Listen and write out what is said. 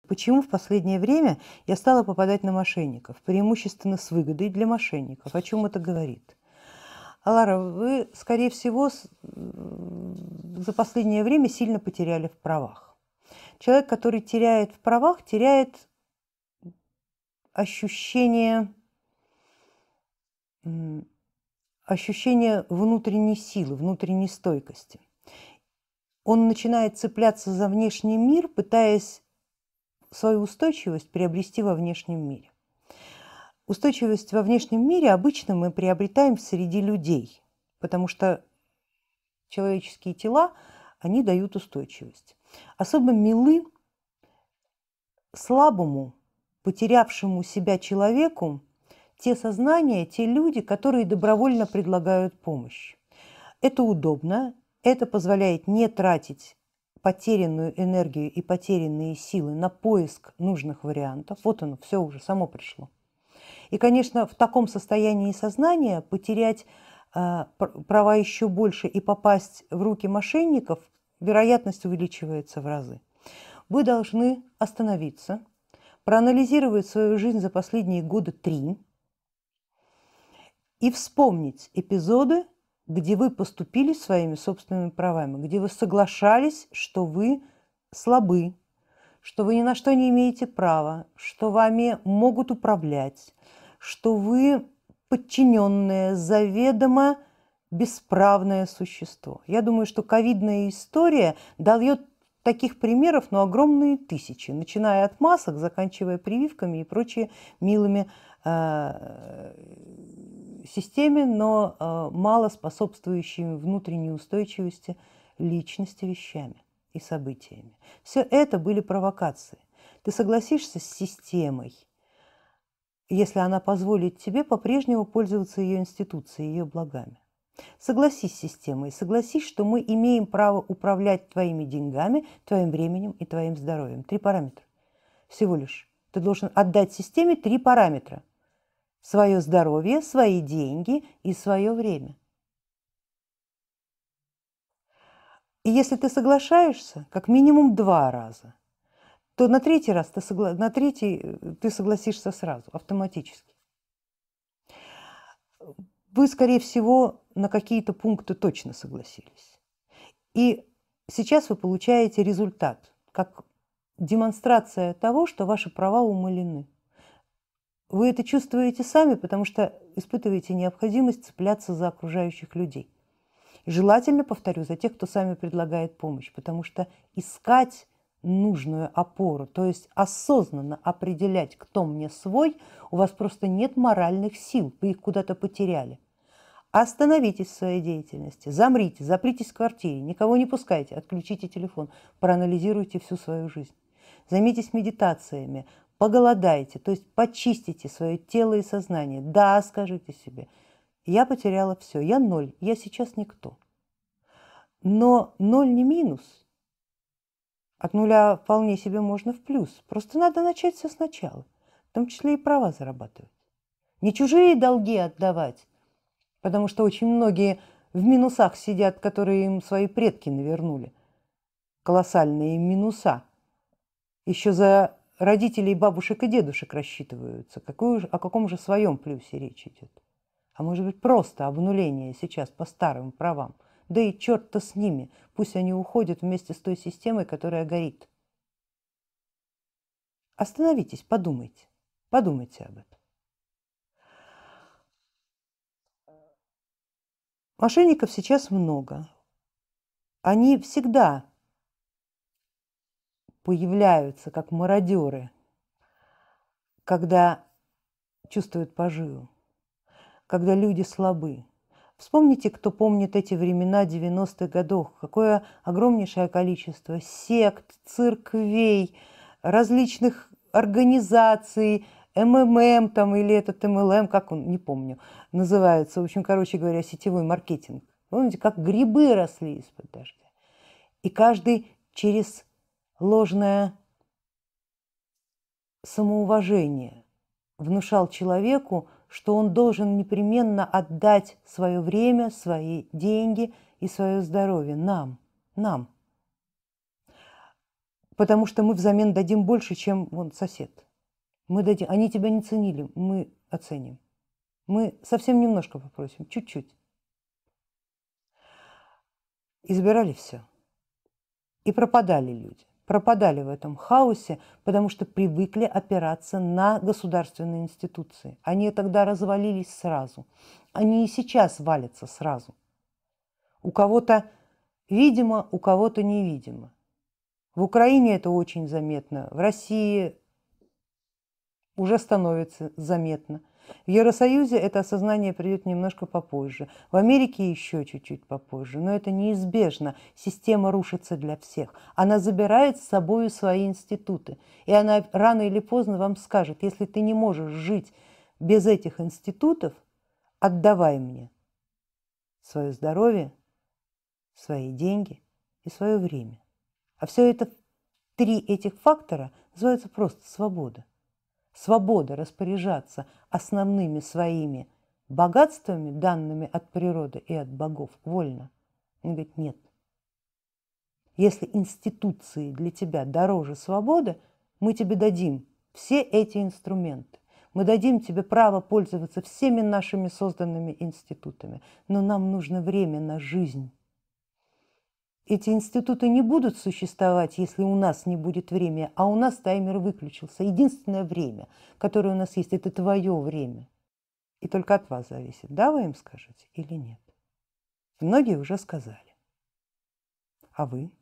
Почему в последнее время я стала попадать на мошенников, преимущественно с выгодой для мошенников? О чем это говорит? Алара, вы, скорее всего, за последнее время сильно потеряли в правах. Человек, который теряет в правах, теряет ощущение внутренней силы, внутренней стойкости. Он начинает цепляться за внешний мир, пытаясь свою устойчивость приобрести во внешнем мире. Устойчивость во внешнем мире обычно мы приобретаем среди людей, потому что человеческие тела, они дают устойчивость. Особо милы слабому, потерявшему себя человеку те сознания, те люди, которые добровольно предлагают помощь. Это удобно, это позволяет не тратить потерянную энергию и потерянные силы на поиск нужных вариантов. Вот оно, все уже само пришло. И, конечно, в таком состоянии сознания потерять права еще больше и попасть в руки мошенников, вероятность увеличивается в разы. Вы должны остановиться, проанализировать свою жизнь за последние года 3 и вспомнить эпизоды, где вы поступили своими собственными правами, где вы соглашались, что вы слабы, что вы ни на что не имеете права, что вами могут управлять, что вы подчиненное, заведомо бесправное существо. Я думаю, что ковидная история дает таких примеров, но огромные тысячи, начиная от масок, заканчивая прививками и прочими милыми системе, но мало способствующими внутренней устойчивости личности вещами и событиями. Все это были провокации. Ты согласишься с системой, если она позволит тебе по-прежнему пользоваться ее институцией, ее благами. Согласись с системой, согласись, что мы имеем право управлять твоими деньгами, твоим временем и твоим здоровьем. 3 параметра. Всего лишь. Ты должен отдать системе 3 параметра. Свое здоровье, свои деньги и свое время. И если ты соглашаешься, как минимум 2 раза, то на 3-й раз ты согласишься сразу, автоматически. Вы, скорее всего, на какие-то пункты точно согласились. И сейчас вы получаете результат, как демонстрация того, что ваши права умалены. Вы это чувствуете сами, потому что испытываете необходимость цепляться за окружающих людей. И желательно, повторю, за тех, кто сами предлагает помощь, потому что искать нужную опору, то есть осознанно определять, кто мне свой, у вас просто нет моральных сил, вы их куда-то потеряли. Остановитесь в своей деятельности, замрите, запритесь в квартире, никого не пускайте, отключите телефон, проанализируйте всю свою жизнь. Займитесь медитациями, поголодайте, то есть почистите свое тело и сознание. Да, скажите себе, я потеряла все, я 0, я сейчас никто. Но 0 не минус. От 0 вполне себе можно в плюс. Просто надо начать все сначала, в том числе и права зарабатывать. Не чужие долги отдавать, потому что очень многие в минусах сидят, которые им свои предки навернули. Колоссальные минуса. Еще за родителей, бабушек и дедушек рассчитываются. О каком же своем плюсе речь идет? А может быть просто обнуление сейчас по старым правам. Да и черт-то с ними, пусть они уходят вместе с той системой, которая горит. Остановитесь, подумайте, подумайте об этом. Мошенников сейчас много. Они всегда появляются как мародеры, когда чувствуют поживу, когда люди слабы. Вспомните, кто помнит эти времена 90-х годов, какое огромнейшее количество сект, церквей, различных организаций, МММ там или этот МЛМ, как он, не помню, называется, в общем, короче говоря, сетевой маркетинг. Помните, как грибы росли из-под дождя. И каждый через ложное самоуважение внушал человеку, что он должен непременно отдать свое время, свои деньги и свое здоровье нам. потому что мы взамен дадим больше, чем вон сосед. Мы дадим, они тебя не ценили, мы оценим. Мы совсем немножко попросим, чуть-чуть. Избирали все. И пропадали люди. Пропадали в этом хаосе, потому что привыкли опираться на государственные институции. Они тогда развалились сразу. Они и сейчас валятся сразу. У кого-то видимо, у кого-то невидимо. В Украине это очень заметно, в России уже становится заметно. В Евросоюзе это осознание придет немножко попозже, в Америке еще чуть-чуть попозже, но это неизбежно. Система рушится для всех. Она забирает с собой свои институты, и она рано или поздно вам скажет: если ты не можешь жить без этих институтов, отдавай мне свое здоровье, свои деньги и свое время. А все это, три этих фактора называются просто свобода. Свобода распоряжаться основными своими богатствами, данными от природы и от богов, вольно. Он говорит: нет. Если институции для тебя дороже свободы, мы тебе дадим все эти инструменты. Мы дадим тебе право пользоваться всеми нашими созданными институтами, но нам нужно время на жизнь. Эти институты не будут существовать, если у нас не будет времени, а у нас таймер выключился. Единственное время, которое у нас есть, это твое время. И только от вас зависит, да, вы им скажете или нет. Многие уже сказали. А вы?